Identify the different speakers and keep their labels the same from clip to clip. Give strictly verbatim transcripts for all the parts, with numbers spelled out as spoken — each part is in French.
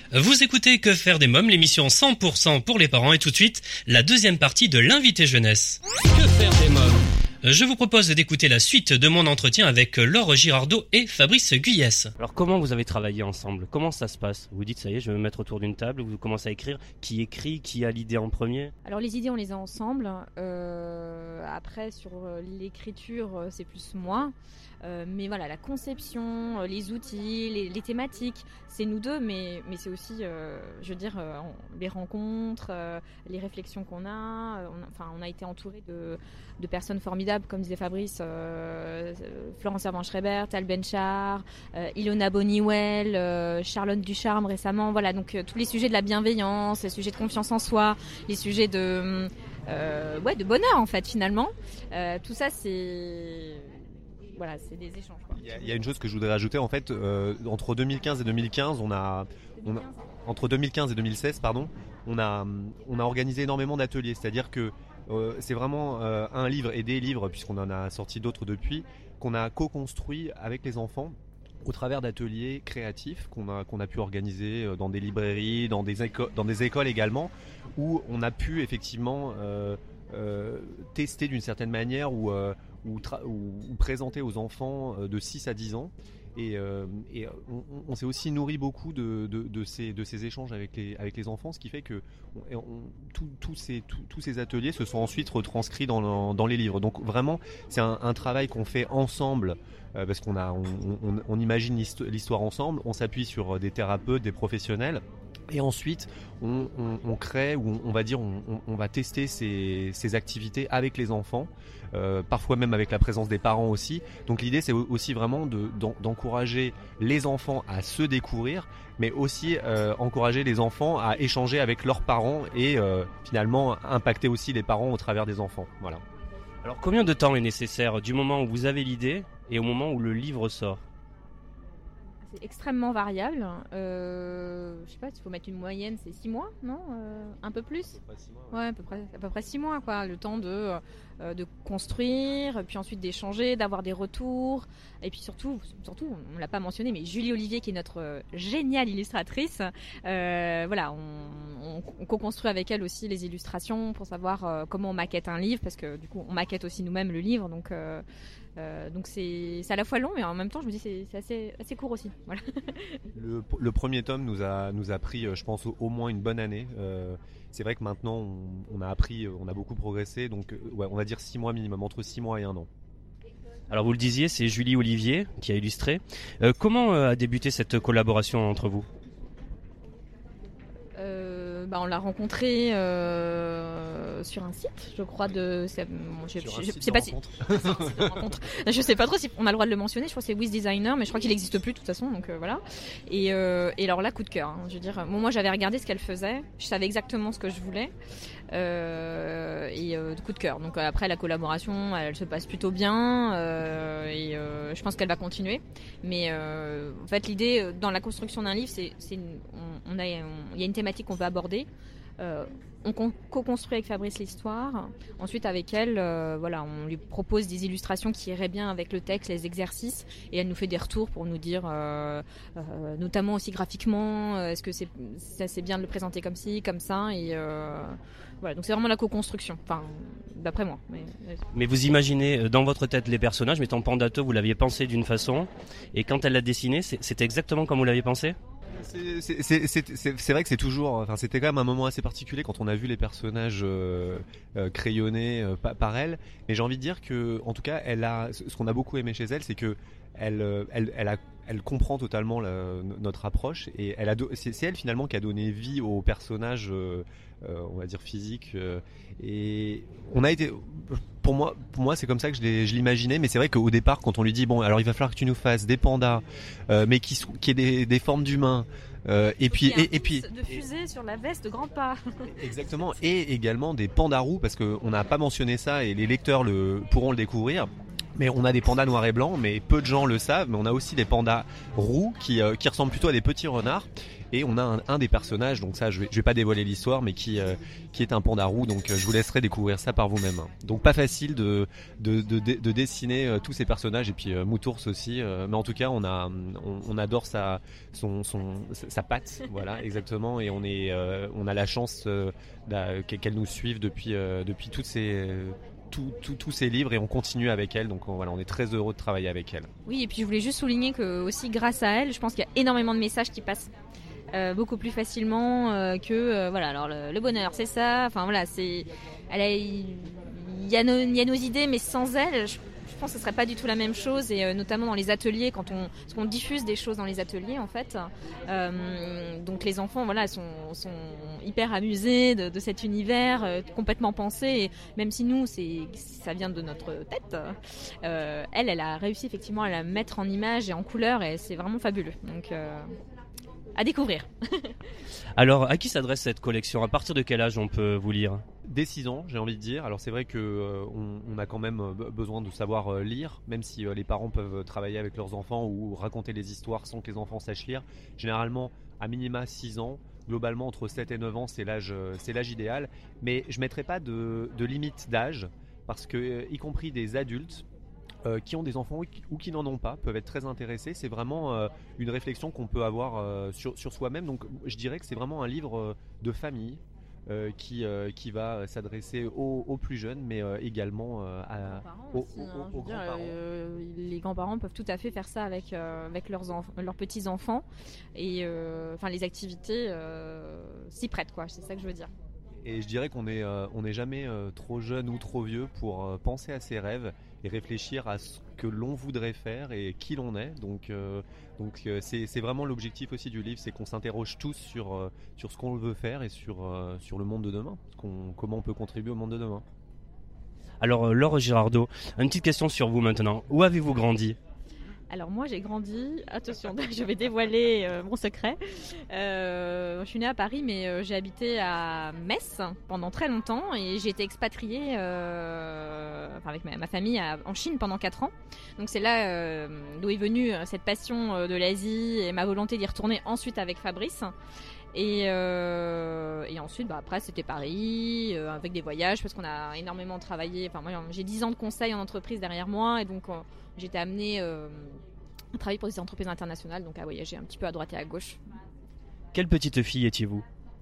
Speaker 1: Vous écoutez Que faire des mômes, l'émission cent pour cent pour les parents et tout de suite, la deuxième partie de l'invité jeunesse. Que faire des mômes ? Je vous propose d'écouter la suite de mon entretien avec Laure Girardot et Fabrice Guyès.
Speaker 2: Alors comment vous avez travaillé ensemble ? Comment ça se passe ? Vous dites ça y est, je vais me mettre autour d'une table, vous commencez à écrire. Qui écrit ? Qui a l'idée en premier ?
Speaker 3: Alors les idées on les a ensemble. Euh, après sur l'écriture c'est plus moi. Euh, mais voilà, la conception, les outils, les, les thématiques, c'est nous deux, mais, mais c'est aussi, euh, je veux dire, euh, les rencontres, euh, les réflexions qu'on a. Euh, on, a. Enfin, on a été entouré de, de personnes formidables, comme disait Fabrice, euh, Florence Servan-Schreiber, Tal Benchar, euh, Ilona Boniwell, euh, Charlotte Ducharme récemment. Voilà, donc euh, tous les sujets de la bienveillance, les sujets de confiance en soi, les sujets de, euh, ouais, de bonheur en fait finalement. Euh, tout ça, c'est Voilà, c'est des échanges. Quoi.
Speaker 4: Il y a, il y a une chose que je voudrais rajouter, en fait, euh, entre deux mille quinze et deux mille quinze, on a, on a entre deux mille quinze et deux mille seize, pardon, on a, on a organisé énormément d'ateliers. C'est-à-dire que euh, c'est vraiment euh, un livre et des livres, puisqu'on en a sorti d'autres depuis, qu'on a co-construit avec les enfants au travers d'ateliers créatifs qu'on a, qu'on a pu organiser dans des librairies, dans des, éco- dans des écoles également, où on a pu effectivement euh, euh, tester d'une certaine manière ou euh, Ou, tra- ou, ou présenter aux enfants de six à dix ans. Et, euh, et on, on s'est aussi nourri beaucoup de, de, de, ces, de ces échanges avec les, avec les enfants, ce qui fait que on, on, tout, tout ces, tout, tous ces ateliers se sont ensuite retranscrits dans, dans les livres. Donc vraiment, c'est un, un travail qu'on fait ensemble, euh, parce qu'on a, on, on, on imagine l'histoire ensemble, on s'appuie sur des thérapeutes, des professionnels. Et ensuite, on, on, on crée, ou on, on va dire, on, on va tester ces, ces activités avec les enfants, euh, parfois même avec la présence des parents aussi. Donc l'idée, c'est aussi vraiment de, d'en, d'encourager les enfants à se découvrir, mais aussi euh, encourager les enfants à échanger avec leurs parents et euh, finalement impacter aussi les parents au travers des enfants. Voilà.
Speaker 2: Alors combien de temps est nécessaire du moment où vous avez l'idée et au moment où le livre sort ?
Speaker 3: C'est extrêmement variable. Euh, je sais pas, il faut mettre une moyenne, c'est six mois, non euh, Un peu plus
Speaker 4: À peu près six mois, ouais.
Speaker 3: Ouais, à peu près, à peu près six mois, quoi. Le temps de, euh, de construire, puis ensuite d'échanger, d'avoir des retours. Et puis surtout, surtout on ne l'a pas mentionné, mais Julie Olivier, qui est notre euh, géniale illustratrice, euh, voilà, on, on, on co-construit avec elle aussi les illustrations pour savoir euh, comment on maquette un livre, parce que du coup, on maquette aussi nous-mêmes le livre, donc... Euh, Euh, donc c'est, c'est à la fois long, mais en même temps, je me dis c'est, c'est assez, assez court aussi. Voilà.
Speaker 4: Le, le premier tome nous a, nous a pris, je pense, au, au moins une bonne année. Euh, c'est vrai que maintenant, on, on a appris, on a beaucoup progressé, donc ouais, on va dire six mois minimum, entre six mois et un an.
Speaker 2: Alors vous le disiez, c'est Julie Olivier qui a illustré. Euh, comment a débuté cette collaboration entre vous ?
Speaker 3: Euh, bah on l'a rencontré euh, sur un site, je crois de. C'est, bon, je,
Speaker 4: sur
Speaker 3: je,
Speaker 4: un
Speaker 3: je
Speaker 4: site
Speaker 3: sais
Speaker 4: de
Speaker 3: pas
Speaker 4: rencontre.
Speaker 3: si. rencontre. Je sais pas trop si on a le droit de le mentionner. Je crois que c'est Wiz Designer, mais je crois qu'il n'existe plus de toute façon, donc euh, voilà. Et, euh, et alors là, coup de cœur. Hein, je veux dire, moi j'avais regardé ce qu'elle faisait, je savais exactement ce que je voulais. Euh, et euh, coup de cœur. Donc euh, après la collaboration, elle, elle se passe plutôt bien euh, et euh, je pense qu'elle va continuer. Mais euh, en fait, l'idée dans la construction d'un livre, c'est, c'est une, on, on a, il y a une thématique qu'on veut aborder. Euh, on co-construit avec Fabrice l'histoire. Ensuite, avec elle, euh, voilà, on lui propose des illustrations qui iraient bien avec le texte, les exercices, et elle nous fait des retours pour nous dire, euh, euh, notamment aussi graphiquement, euh, est-ce que c'est, ça c'est bien de le présenter comme ci, comme ça, et euh, voilà. Donc c'est vraiment la co-construction, enfin, d'après moi. Mais,
Speaker 2: mais vous imaginez dans votre tête les personnages, mais en Pandato, vous l'aviez pensé d'une façon, et quand elle l'a dessiné, c'était exactement comme vous l'aviez pensé ?
Speaker 4: C'est, c'est, c'est, c'est, c'est vrai que c'est toujours, enfin c'était quand même un moment assez particulier quand on a vu les personnages euh, euh, crayonnés euh, par, par elle. Mais j'ai envie de dire que, en tout cas, elle a, ce qu'on a beaucoup aimé chez elle, c'est que elle, elle, elle, a, elle comprend totalement la, notre approche et elle a, c'est, c'est elle finalement qui a donné vie aux personnages, euh, euh, on va dire physiques. Euh, et on a été, pour moi, pour moi, c'est comme ça que je, l'ai, je l'imaginais. Mais c'est vrai qu'au départ, quand on lui dit bon, alors il va falloir que tu nous fasses des pandas, euh, mais qui, qui aient des, des formes d'humains. Euh, et puis et, et puis
Speaker 3: de fusée sur la veste de grand pas.
Speaker 4: Exactement. Et également des pandarous parce que on n'a pas mentionné ça et les lecteurs le pourront le découvrir. Mais on a des pandas noirs et blancs, mais peu de gens le savent. Mais on a aussi des pandas roux qui, euh, qui ressemblent plutôt à des petits renards. Et on a un, un des personnages, donc ça je vais, je vais pas dévoiler l'histoire, mais qui, euh, qui est un panda roux. Donc euh, je vous laisserai découvrir ça par vous-même. Donc pas facile de, de, de, de, de dessiner euh, tous ces personnages et puis euh, Moutours aussi. Euh, mais en tout cas on, a, on, on adore sa, son, son, sa patte, voilà exactement. Et on, est, euh, on a la chance euh, qu'elle nous suive depuis, euh, depuis toutes ces... Tous tout, tout ces livres et on continue avec elle, donc on, voilà, on est très heureux de travailler avec elle.
Speaker 3: Oui, et puis je voulais juste souligner que aussi grâce à elle, je pense qu'il y a énormément de messages qui passent euh, beaucoup plus facilement euh, que euh, voilà. Alors le, le bonheur, c'est ça. Enfin voilà, c'est, elle a, il y a nos, il y a nos idées, mais sans elle, je, je pense que ce serait pas du tout la même chose. Et euh, notamment dans les ateliers, quand on, parce qu'on diffuse des choses dans les ateliers en fait. Euh, donc les enfants, voilà, sont, sont hyper amusés de, de cet univers euh, complètement pensé. Et même si nous, c'est, ça vient de notre tête, euh, elle, elle a réussi effectivement à la mettre en image et en couleur, et c'est vraiment fabuleux. Donc euh, à découvrir.
Speaker 2: Alors, à qui s'adresse cette collection? À partir de quel âge on peut vous lire?
Speaker 4: Dès six ans, j'ai envie de dire. Alors c'est vrai que euh, on, on a quand même euh, besoin de savoir euh, lire, même si euh, les parents peuvent travailler avec leurs enfants ou raconter les histoires sans que les enfants sachent lire. Généralement, à minima six ans. Globalement, entre sept et neuf ans, c'est l'âge, euh, c'est l'âge idéal. Mais je ne mettrai pas de, de limite d'âge, parce que, euh, y compris des adultes, Euh, qui ont des enfants ou qui, ou qui n'en ont pas peuvent être très intéressés. C'est vraiment euh, une réflexion qu'on peut avoir euh, sur, sur soi-même. Donc je dirais que c'est vraiment un livre euh, de famille euh, qui, euh, qui va s'adresser aux, aux plus jeunes, mais euh, également euh, à, aux,
Speaker 3: aussi,
Speaker 4: aux,
Speaker 3: hein,
Speaker 4: aux, aux
Speaker 3: dire,
Speaker 4: grands-parents.
Speaker 3: Euh, les grands-parents peuvent tout à fait faire ça avec, euh, avec leurs, enf- leurs petits-enfants. Et euh, enfin, les activités euh, s'y prêtent, quoi. C'est ça que je veux dire.
Speaker 4: Et je dirais qu'on n'est euh, on n'est jamais euh, trop jeune ou trop vieux pour euh, penser à ses rêves et réfléchir à ce que l'on voudrait faire et qui l'on est. Donc, euh, donc euh, c'est, c'est vraiment l'objectif aussi du livre, c'est qu'on s'interroge tous sur, euh, sur ce qu'on veut faire et sur, euh, sur le monde de demain, ce qu'on, comment on peut contribuer au monde de demain.
Speaker 2: Alors, euh, Laure Girardot, une petite question sur vous maintenant. Où avez-vous grandi?
Speaker 3: Alors moi j'ai grandi, attention, je vais dévoiler euh, mon secret. Euh, je suis née à Paris, mais euh, j'ai habité à Metz pendant très longtemps et j'ai été expatriée euh, enfin, avec ma, ma famille à, en Chine pendant quatre ans. Donc c'est là euh, d'où est venue cette passion euh, de l'Asie et ma volonté d'y retourner ensuite avec Fabrice. Et, euh, et ensuite, bah, après, c'était Paris, euh, avec des voyages, parce qu'on a énormément travaillé. Enfin, moi, j'ai dix ans de conseil en entreprise derrière moi, et donc euh, j'ai été amenée euh, à travailler pour des entreprises internationales, donc à voyager un petit peu à droite et à gauche.
Speaker 2: Quelle petite fille étiez-vous?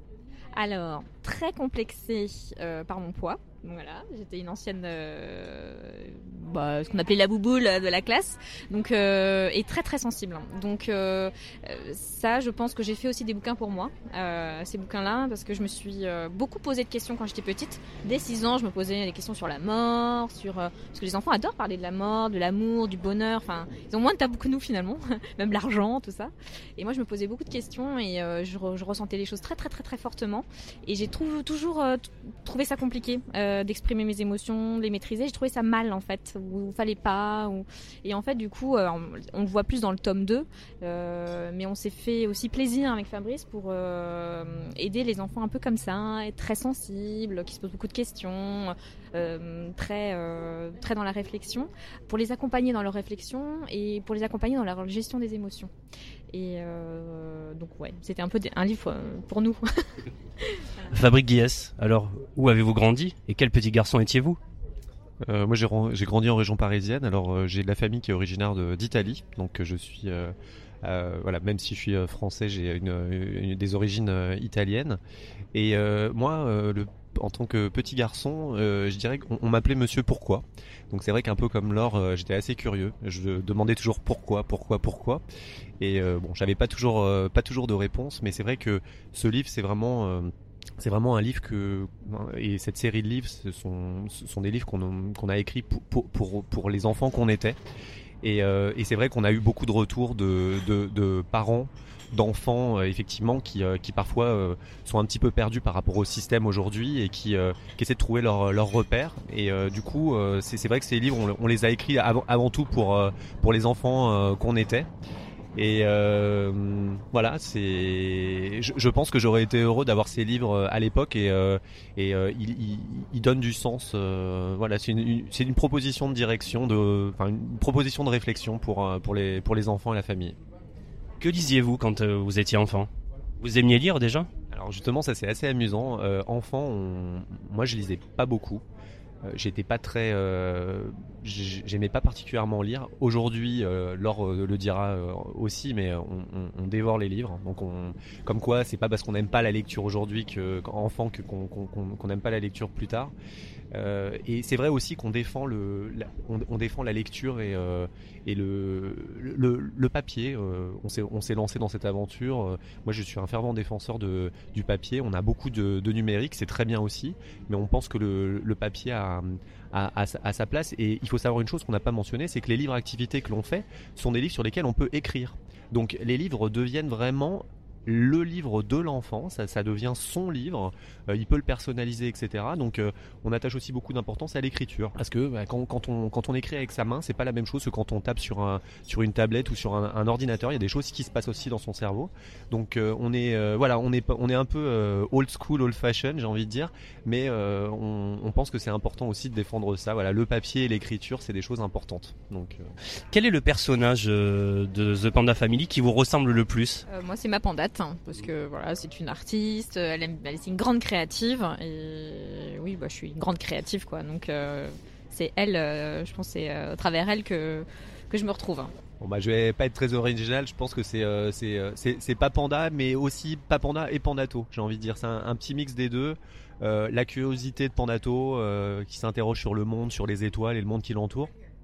Speaker 3: Alors, très complexée euh, par mon poids. Donc voilà, j'étais une ancienne, euh, bah, ce qu'on appelait la bouboule de la classe, donc euh, et très très sensible. Donc euh, ça, je pense que j'ai fait aussi des bouquins pour moi, euh, ces bouquins-là, parce que je me suis euh, beaucoup posé de questions quand j'étais petite. Dès six ans, je me posais des questions sur la mort, sur euh, parce que les enfants adorent parler de la mort, de l'amour, du bonheur. Enfin, ils ont moins de tabous que nous finalement, même l'argent, tout ça. Et moi, je me posais beaucoup de questions et euh, je, re, je ressentais les choses très très très très fortement. Et j'ai trou- toujours euh, t- trouvé ça compliqué. Euh, d'exprimer mes émotions, de les maîtriser. J'ai trouvé ça mal en fait, où il fallait pas. Où... Et en fait, du coup, euh, on le voit plus dans le tome deux, euh, mais on s'est fait aussi plaisir avec Fabrice pour euh, aider les enfants un peu comme ça, être très sensibles, qui se posent beaucoup de questions, euh, très, euh, très dans la réflexion, pour les accompagner dans leur réflexion et pour les accompagner dans leur gestion des émotions. Et euh, donc ouais, c'était un peu un livre pour nous.
Speaker 2: Fabrice Guiès, alors où avez-vous grandi et quel petit garçon étiez-vous?
Speaker 4: euh, Moi j'ai, j'ai grandi en région parisienne, alors euh, j'ai de la famille qui est originaire de, d'Italie, donc je suis... Euh, euh, voilà, même si je suis euh, français, j'ai une, une, des origines euh, italiennes. Et euh, moi, euh, le en tant que petit garçon, euh, je dirais qu'on on m'appelait Monsieur Pourquoi. Donc c'est vrai qu'un peu comme Laure, euh, j'étais assez curieux. Je demandais toujours pourquoi, pourquoi, pourquoi. Et euh, bon, j'avais pas toujours, euh, pas toujours de réponse, mais c'est vrai que ce livre, c'est vraiment, euh, c'est vraiment un livre que, et cette série de livres, ce sont, ce sont des livres qu'on a, qu'on a écrits pour, pour, pour, pour les enfants qu'on était. Et, euh, et c'est vrai qu'on a eu beaucoup de retours de, de, de parents, d'enfants euh, effectivement qui, euh, qui parfois euh, sont un petit peu perdus par rapport au système aujourd'hui et qui, euh, qui essaient de trouver leur, leur repère. Et euh, du coup, euh, c'est, c'est vrai que ces livres, on, on les a écrits avant, avant tout pour, euh, pour les enfants euh, qu'on était. Et, euh, Voilà, c'est. Je, je pense que j'aurais été heureux d'avoir ces livres à l'époque et euh, et euh, ils il, il donnent du sens. Euh, voilà, c'est une, c'est une proposition de direction, de, enfin une proposition de réflexion pour pour les pour les enfants et la famille.
Speaker 2: Que lisiez-vous quand euh, vous étiez enfant? Vous aimiez lire déjà?
Speaker 4: Alors justement, ça c'est assez amusant. Euh, enfant, on... moi je lisais pas beaucoup. Euh, j'étais pas très, euh, j'aimais pas particulièrement lire. Aujourd'hui, euh, Laure euh, le dira euh, aussi, mais on, on, on dévore les livres. Donc, on, comme quoi, c'est pas parce qu'on n'aime pas la lecture aujourd'hui que, qu'enfant, que qu'on qu'on, qu'on n'aime pas la lecture plus tard. Euh, et c'est vrai aussi qu'on défend le, la, on, on défend la lecture et, euh, et le, le, le papier. Euh, on s'est, on s'est lancé dans cette aventure. Euh, moi, je suis un fervent défenseur de, du papier. On a beaucoup de, de numérique, c'est très bien aussi, mais on pense que le, le papier a, a, a, a sa place. Et il faut savoir une chose qu'on n'a pas mentionnée, c'est que les livres activités que l'on fait sont des livres sur lesquels on peut écrire. Donc, les livres deviennent vraiment le livre de l'enfant, ça, ça devient son livre, euh, il peut le personnaliser, et cetera. Donc euh, on attache aussi beaucoup d'importance à l'écriture, parce que bah, quand, quand, on, quand on écrit avec sa main, c'est pas la même chose que quand on tape sur, un, sur une tablette ou sur un, un ordinateur. Il y a des choses qui se passent aussi dans son cerveau. Donc euh, on est euh, voilà, on est on est un peu euh, old school, old fashion, j'ai envie de dire, mais euh, on, on pense que c'est important aussi de défendre ça. Voilà, le papier et l'écriture, c'est des choses importantes. Donc euh...
Speaker 2: quel est le personnage de The Panda Family qui vous ressemble le plus?
Speaker 3: euh, Moi, c'est ma pandate. Parce que voilà, c'est une artiste, elle aime, elle, c'est une grande créative et oui, bah, je suis une grande créative quoi. Donc euh, c'est elle, euh, je pense que c'est euh, à travers elle que que je me retrouve.
Speaker 4: Bon bah je vais pas être très original, je pense que c'est euh, c'est, euh, c'est c'est pas Panda, mais aussi pas Panda et Pandato. J'ai envie de dire, c'est un, un petit mix des deux. Euh, la curiosité de Pandato euh, qui s'interroge sur le monde, sur les étoiles et le monde qui l'entoure.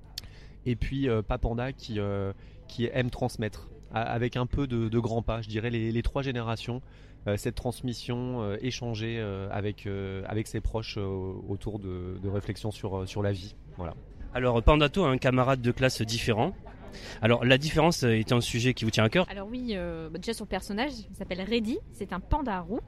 Speaker 4: Et puis euh, pas Panda qui euh, qui aime transmettre. Avec un peu de, de grands pas, je dirais les, les trois générations, euh, cette transmission euh, échangée euh, avec, euh, avec ses proches euh, autour de, de réflexions sur, sur la vie. Voilà.
Speaker 2: Alors Pandato a un camarade de classe différent. Alors la différence est un sujet qui vous tient à cœur?
Speaker 3: Alors oui, euh, déjà son personnage il s'appelle Reddy, c'est un panda roux.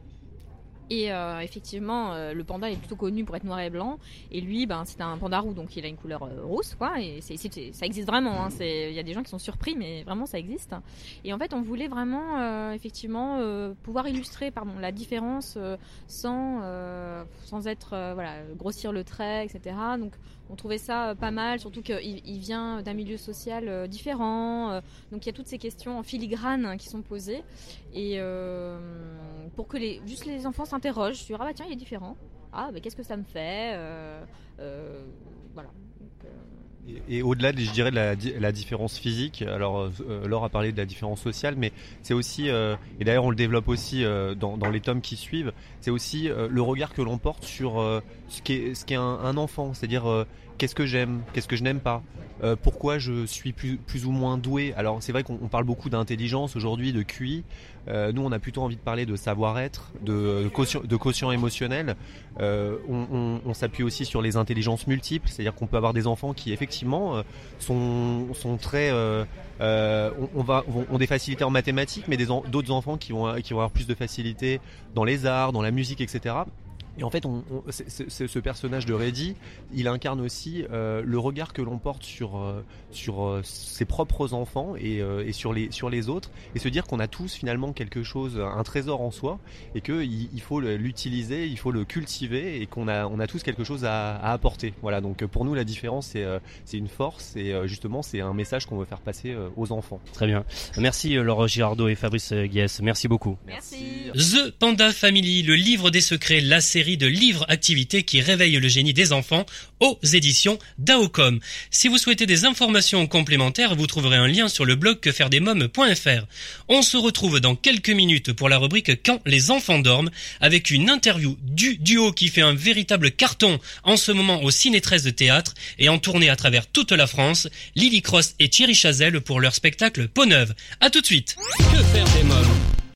Speaker 3: Et euh, effectivement, euh, le panda est plutôt connu pour être noir et blanc, et lui, ben, c'est un panda roux, donc il a une couleur euh, rousse, quoi. Et c'est, c'est, ça existe vraiment. Hein, c'est, il y a des gens qui sont surpris, mais vraiment ça existe. Et en fait, on voulait vraiment, euh, effectivement, euh, pouvoir illustrer, pardon, la différence euh, sans, euh, sans être, euh, voilà, grossir le trait, et cetera. Donc on trouvait ça pas mal, surtout qu'il il vient d'un milieu social euh, différent. Euh, donc il y a toutes ces questions en filigrane hein, qui sont posées, et euh, pour que les, juste les enfants s'interrogent sur ah bah tiens il est différent, ah bah qu'est-ce que ça me fait, euh, euh, voilà. Donc, euh...
Speaker 4: et, et au-delà, de, je dirais de la, la différence physique. Alors euh, Laure a parlé de la différence sociale, mais c'est aussi, euh, et d'ailleurs on le développe aussi euh, dans, dans les tomes qui suivent, c'est aussi euh, le regard que l'on porte sur euh, ce qu'est ce qu'est un, un enfant, c'est-à-dire euh, qu'est-ce que j'aime, qu'est-ce que je n'aime pas. Euh, pourquoi je suis plus, plus ou moins doué. Alors c'est vrai qu'on on parle beaucoup d'intelligence aujourd'hui, de Q I. Euh, nous on a plutôt envie de parler de savoir-être, de, de, quotient, de quotient émotionnel. Euh, on, on, on s'appuie aussi sur les intelligences multiples, c'est-à-dire qu'on peut avoir des enfants qui effectivement euh, sont, sont très... Euh, euh, on, on va, ont des facilités en mathématiques, mais des, d'autres enfants qui vont, qui vont avoir plus de facilité dans les arts, dans la musique, et cetera. Et en fait, on, on, c'est, c'est, ce personnage de Reddy, il incarne aussi euh, le regard que l'on porte sur euh, sur euh, ses propres enfants et, euh, et sur les sur les autres, et se dire qu'on a tous finalement quelque chose, un trésor en soi, et que il, il faut l'utiliser, il faut le cultiver, et qu'on a on a tous quelque chose à, à apporter. Voilà. Donc pour nous, la différence c'est euh, c'est une force, et euh, justement c'est un message qu'on veut faire passer euh, aux enfants.
Speaker 2: Très bien. Merci Laure Girardot et Fabrice Guiès. Merci beaucoup.
Speaker 3: Merci.
Speaker 1: The Panda Family, le livre des secrets, la série de livres-activités qui réveillent le génie des enfants aux éditions Daocom. Si vous souhaitez des informations complémentaires, vous trouverez un lien sur le blog que faire des mômes point f r. On se retrouve dans quelques minutes pour la rubrique Quand les enfants dorment, avec une interview du duo qui fait un véritable carton en ce moment au Ciné treize de Théâtre et en tournée à travers toute la France, Lily Cross et Thierry Chazelle pour leur spectacle Peau Neuve. À tout de suite. Que faire des mômes?